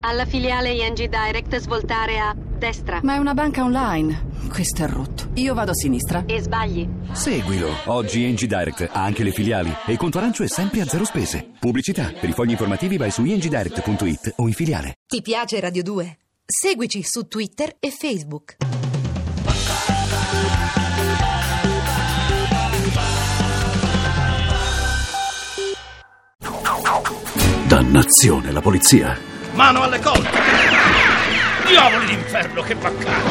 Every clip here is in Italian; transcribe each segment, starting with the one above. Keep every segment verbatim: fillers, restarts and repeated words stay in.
Alla filiale I N G Direct svoltare a destra. Ma è una banca online. Questo è rotto. Io vado a sinistra. E sbagli. Seguilo. Oggi I N G Direct ha anche le filiali e il conto arancio è sempre a zero spese. Pubblicità. Per i fogli informativi vai su i n g direct punto i t o in filiale. Ti piace Radio due? Seguici su Twitter e Facebook. Dannazione, la polizia! Mano alle colte! Diavoli d'inferno, che baccano!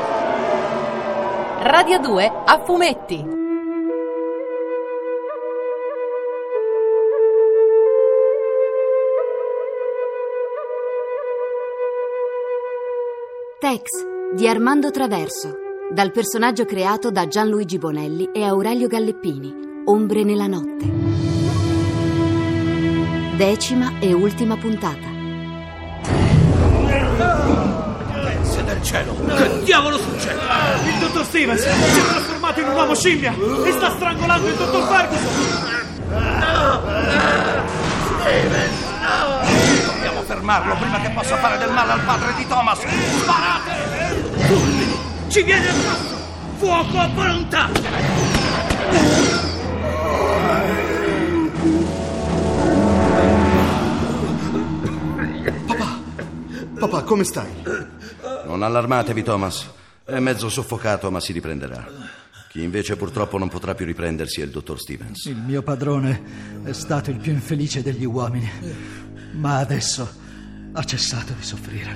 Radio due a fumetti. Tex di Armando Traverso, dal personaggio creato da Gianluigi Bonelli e Aurelio Galleppini. Ombre nella notte. Decima e ultima puntata. Grazie del cielo! Che diavolo succede? Il dottor Stevens si è trasformato in un uomo scimmia e sta strangolando il dottor Ferguson! Stevens, no! Dobbiamo fermarlo prima che possa fare del male al padre di Thomas! Sparate! Fulmini! Ci viene addosso! Fuoco a volontà! Papà, come stai? Non allarmatevi, Thomas. È mezzo soffocato, ma si riprenderà. Chi invece purtroppo non potrà più riprendersi è il dottor Stevens. Il mio padrone è stato il più infelice degli uomini, ma adesso ha cessato di soffrire.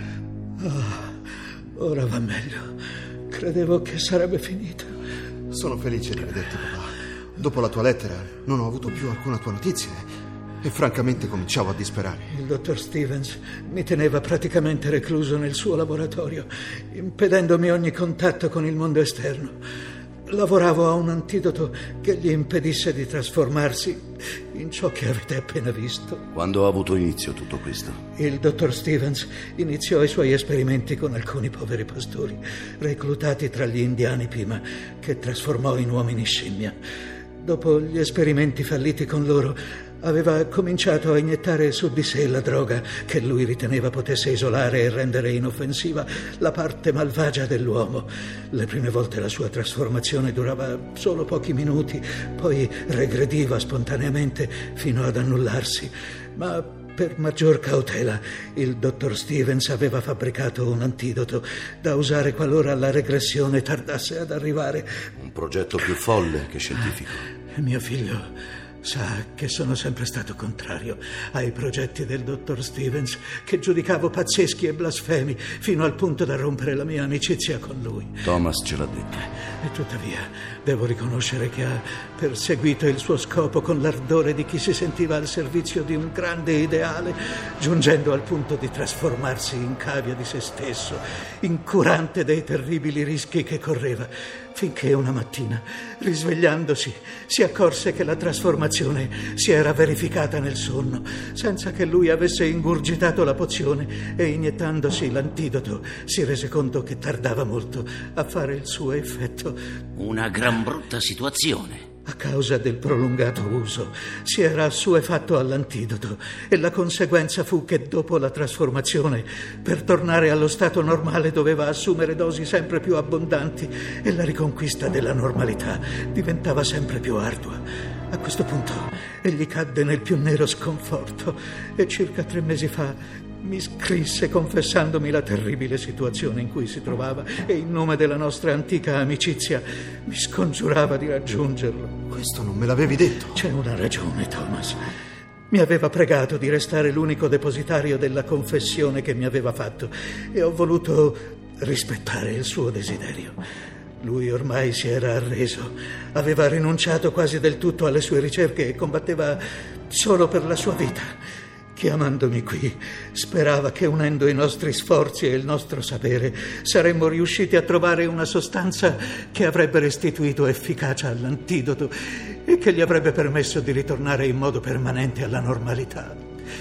Oh, ora va meglio. Credevo che sarebbe finito. Sono felice di vederti, papà. Dopo la tua lettera non ho avuto più alcuna tua notizia e francamente cominciavo a disperare. Il dottor Stevens mi teneva praticamente recluso nel suo laboratorio, impedendomi ogni contatto con il mondo esterno. Lavoravo a un antidoto che gli impedisse di trasformarsi in ciò che avete appena visto. Quando ha avuto inizio tutto questo? Il dottor Stevens iniziò i suoi esperimenti con alcuni poveri pastori, reclutati tra gli indiani Pima, che trasformò in uomini scimmia. Dopo gli esperimenti falliti con loro, aveva cominciato a iniettare su di sé la droga che lui riteneva potesse isolare e rendere inoffensiva la parte malvagia dell'uomo. Le prime volte la sua trasformazione durava solo pochi minuti, poi regrediva spontaneamente fino ad annullarsi. Ma per maggior cautela, il dottor Stevens aveva fabbricato un antidoto da usare qualora la regressione tardasse ad arrivare. Un progetto più folle che scientifico. Mio figlio sa che sono sempre stato contrario ai progetti del dottor Stevens, che giudicavo pazzeschi e blasfemi, fino al punto da rompere la mia amicizia con lui. Thomas ce l'ha detto. E tuttavia devo riconoscere che ha perseguito il suo scopo con l'ardore di chi si sentiva al servizio di un grande ideale, giungendo al punto di trasformarsi in cavia di se stesso, incurante dei terribili rischi che correva, finché una mattina, risvegliandosi, si accorse che la trasformazione si era verificata nel sonno, senza che lui avesse ingurgitato la pozione, e iniettandosi l'antidoto si rese conto che tardava molto a fare il suo effetto. Una gran brutta situazione. A causa del prolungato uso si era assuefatto all'antidoto, e la conseguenza fu che dopo la trasformazione, per tornare allo stato normale, doveva assumere dosi sempre più abbondanti, e la riconquista della normalità diventava sempre più ardua. A questo punto egli cadde nel più nero sconforto, e circa tre mesi fa mi scrisse confessandomi la terribile situazione in cui si trovava, e in nome della nostra antica amicizia mi scongiurava di raggiungerlo. Questo non me l'avevi detto. C'è una ragione, Thomas. Mi aveva pregato di restare l'unico depositario della confessione che mi aveva fatto, e ho voluto rispettare il suo desiderio. Lui ormai si era arreso, aveva rinunciato quasi del tutto alle sue ricerche e combatteva solo per la sua vita. Chiamandomi qui, sperava che unendo i nostri sforzi e il nostro sapere saremmo riusciti a trovare una sostanza che avrebbe restituito efficacia all'antidoto e che gli avrebbe permesso di ritornare in modo permanente alla normalità.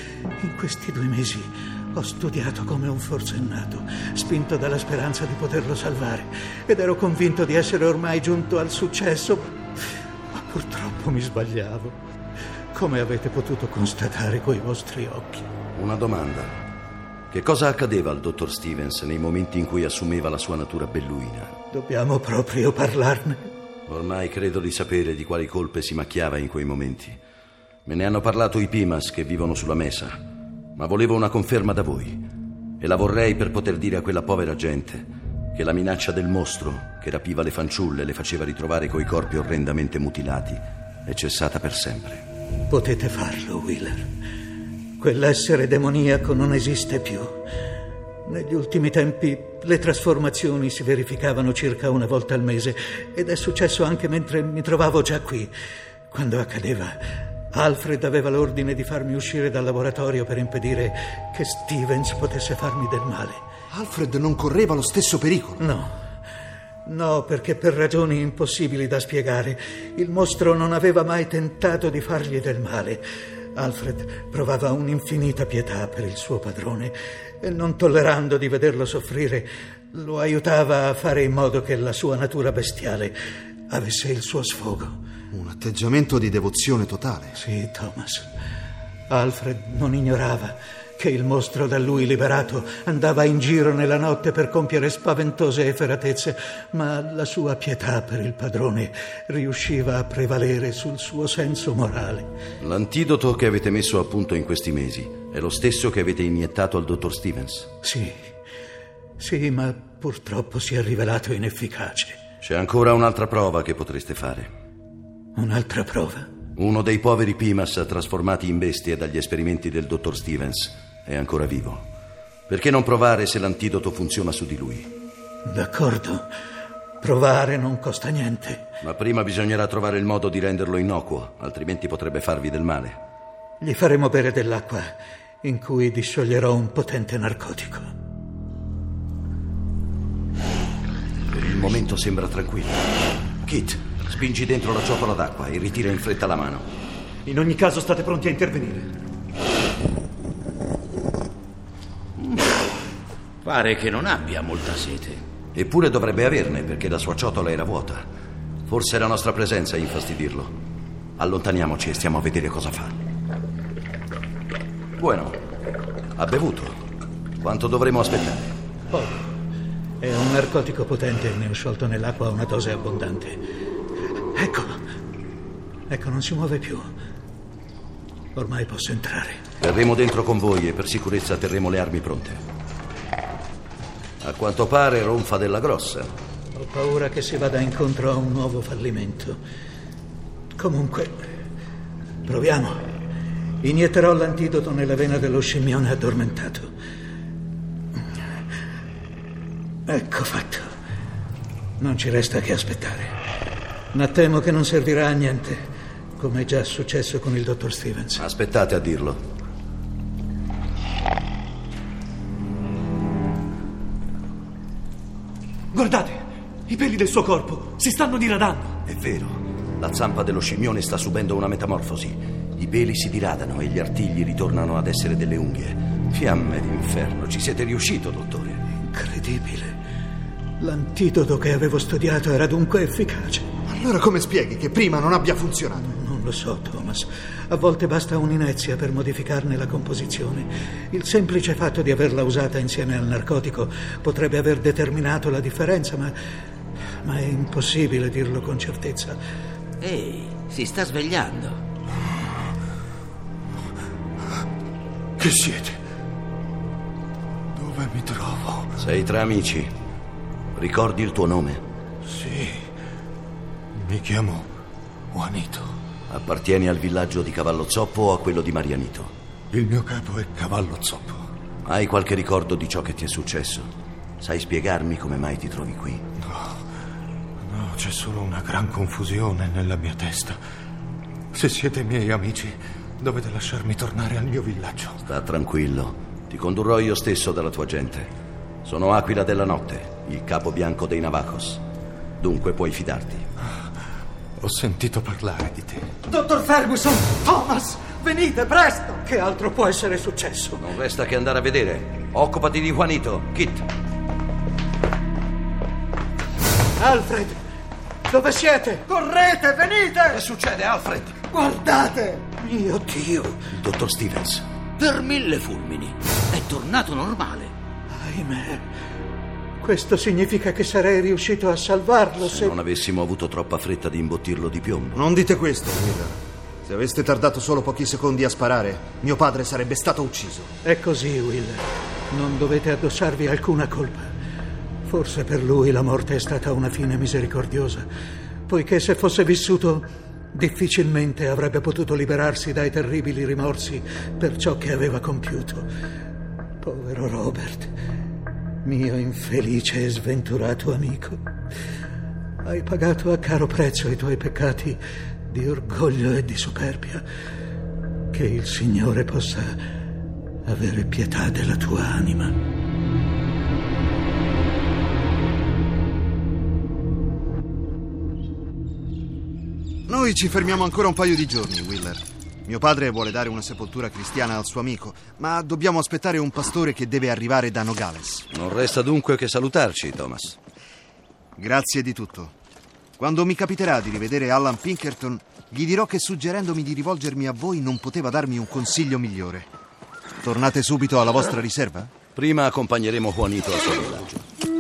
In questi due mesi ho studiato come un forsennato, spinto dalla speranza di poterlo salvare, ed ero convinto di essere ormai giunto al successo, ma purtroppo mi sbagliavo. Come avete potuto constatare coi vostri occhi? Una domanda. Che cosa accadeva al dottor Stevens nei momenti in cui assumeva la sua natura belluina? Dobbiamo proprio parlarne? Ormai credo di sapere di quali colpe si macchiava in quei momenti. Me ne hanno parlato i Pimas che vivono sulla mesa, ma volevo una conferma da voi. E la vorrei per poter dire a quella povera gente che la minaccia del mostro che rapiva le fanciulle e le faceva ritrovare coi corpi orrendamente mutilati è cessata per sempre. Potete farlo, Wheeler. Quell'essere demoniaco non esiste più. Negli ultimi tempi le trasformazioni si verificavano circa una volta al mese ed è successo anche mentre mi trovavo già qui. Quando accadeva, Alfred aveva l'ordine di farmi uscire dal laboratorio per impedire che Stevens potesse farmi del male. Alfred non correva lo stesso pericolo? No. No, perché per ragioni impossibili da spiegare, il mostro non aveva mai tentato di fargli del male. Alfred provava un'infinita pietà per il suo padrone e, non tollerando di vederlo soffrire, lo aiutava a fare in modo che la sua natura bestiale avesse il suo sfogo. Un atteggiamento di devozione totale. Sì, Thomas. Alfred non ignorava che il mostro da lui liberato andava in giro nella notte per compiere spaventose efferatezze, ma la sua pietà per il padrone riusciva a prevalere sul suo senso morale. L'antidoto che avete messo a punto in questi mesi è lo stesso che avete iniettato al dottor Stevens? Sì, sì, ma purtroppo si è rivelato inefficace. C'è ancora un'altra prova che potreste fare. Un'altra prova? Uno dei poveri Pimas trasformati in bestie dagli esperimenti del dottor Stevens è ancora vivo. Perché non provare se l'antidoto funziona su di lui? D'accordo. Provare non costa niente. Ma prima bisognerà trovare il modo di renderlo innocuo, altrimenti potrebbe farvi del male. Gli faremo bere dell'acqua in cui discioglierò un potente narcotico. Per il momento sembra tranquillo. Kit, spingi dentro la ciotola d'acqua e ritira in fretta la mano. In ogni caso state pronti a intervenire. Pare che non abbia molta sete. Eppure dovrebbe averne, perché la sua ciotola era vuota. Forse è la nostra presenza a infastidirlo. Allontaniamoci e stiamo a vedere cosa fa. Bueno, ha bevuto. Quanto dovremo aspettare? Poco. È un narcotico potente e ne ho sciolto nell'acqua una dose abbondante. Eccolo. Ecco, non si muove più. Ormai posso entrare. Verremo dentro con voi e per sicurezza terremo le armi pronte. A quanto pare ronfa della grossa. Ho paura che si vada incontro a un nuovo fallimento. Comunque, proviamo. Inietterò l'antidoto nella vena dello scimmione addormentato. Ecco fatto. Non ci resta che aspettare. Ma temo che non servirà a niente, come è già successo con il dottor Stevens. Aspettate a dirlo. Guardate, i peli del suo corpo si stanno diradando. È vero, la zampa dello scimmione sta subendo una metamorfosi. I peli si diradano e gli artigli ritornano ad essere delle unghie. Fiamme d'inferno, ci siete riuscito, dottore. Incredibile. L'antidoto che avevo studiato era dunque efficace. Allora come spieghi che prima non abbia funzionato? Non lo so, Thomas. A volte basta un'inezia per modificarne la composizione. Il semplice fatto di averla usata insieme al narcotico potrebbe aver determinato la differenza, ma, ma è impossibile dirlo con certezza. Ehi, si sta svegliando. Chi siete? Dove mi trovo? Sei tra amici. Ricordi il tuo nome? Sì. Mi chiamo Juanito. Appartieni al villaggio di Cavallo Zoppo o a quello di Marianito? Il mio capo è Cavallo Zoppo. Hai qualche ricordo di ciò che ti è successo? Sai spiegarmi come mai ti trovi qui? No, no, c'è solo una gran confusione nella mia testa. Se siete miei amici, dovete lasciarmi tornare al mio villaggio. Sta tranquillo, ti condurrò io stesso dalla tua gente. Sono Aquila della Notte, il capo bianco dei Navajos. Dunque puoi fidarti. Ho sentito parlare di te. Dottor Ferguson! Thomas! Venite, presto! Che altro può essere successo? Non resta che andare a vedere. Occupati di Juanito, Kit. Alfred! Dove siete? Correte, venite! Che succede, Alfred? Guardate! Mio Dio! Il dottor Stevens. Per mille fulmini. È tornato normale. Ahimè. Questo significa che sarei riuscito a salvarlo se... Se non avessimo avuto troppa fretta di imbottirlo di piombo. Non dite questo, Wheeler. Se aveste tardato solo pochi secondi a sparare, mio padre sarebbe stato ucciso. È così, Wheeler. Non dovete addossarvi alcuna colpa. Forse per lui la morte è stata una fine misericordiosa, poiché se fosse vissuto difficilmente avrebbe potuto liberarsi dai terribili rimorsi per ciò che aveva compiuto. Povero Robert, mio infelice e sventurato amico. Hai pagato a caro prezzo i tuoi peccati di orgoglio e di superbia. Che il Signore possa avere pietà della tua anima. Noi ci fermiamo ancora un paio di giorni, Wheeler. Mio padre vuole dare una sepoltura cristiana al suo amico, ma dobbiamo aspettare un pastore che deve arrivare da Nogales. Non resta dunque che salutarci, Thomas. Grazie di tutto. Quando mi capiterà di rivedere Alan Pinkerton, gli dirò che suggerendomi di rivolgermi a voi non poteva darmi un consiglio migliore. Tornate subito alla vostra riserva? Prima accompagneremo Juanito al suo villaggio.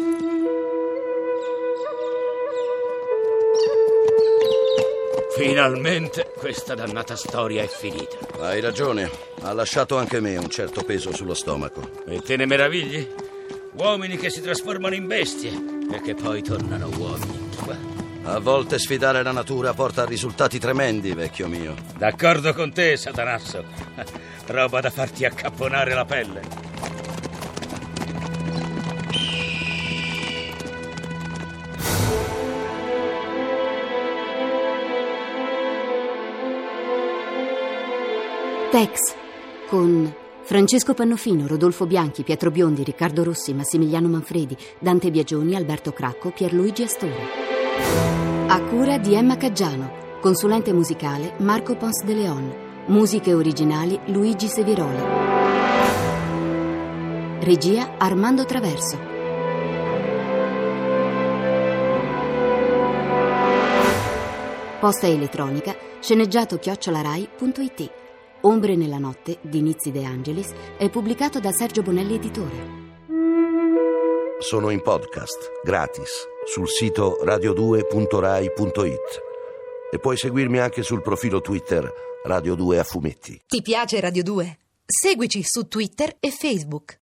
Finalmente questa dannata storia è finita. Hai ragione, ha lasciato anche me un certo peso sullo stomaco. E te ne meravigli? Uomini che si trasformano in bestie e che poi tornano uomini. A volte sfidare la natura porta a risultati tremendi, vecchio mio. D'accordo con te, Satanasso. Roba da farti accapponare la pelle. Tex, con Francesco Pannofino, Rodolfo Bianchi, Pietro Biondi, Riccardo Rossi, Massimiliano Manfredi, Dante Biagioni, Alberto Cracco, Pierluigi Astore. A cura di Emma Caggiano, consulente musicale Marco Pons de Leon, musiche originali Luigi Seviroli. Regia Armando Traverso. Posta elettronica sceneggiato chiocciolarai punto it. Ombre nella notte di Nizzi De Angelis è pubblicato da Sergio Bonelli Editore. Sono in podcast, gratis, sul sito radio due punto rai punto it e puoi seguirmi anche sul profilo Twitter Radio due a fumetti. Ti piace Radio due? Seguici su Twitter e Facebook.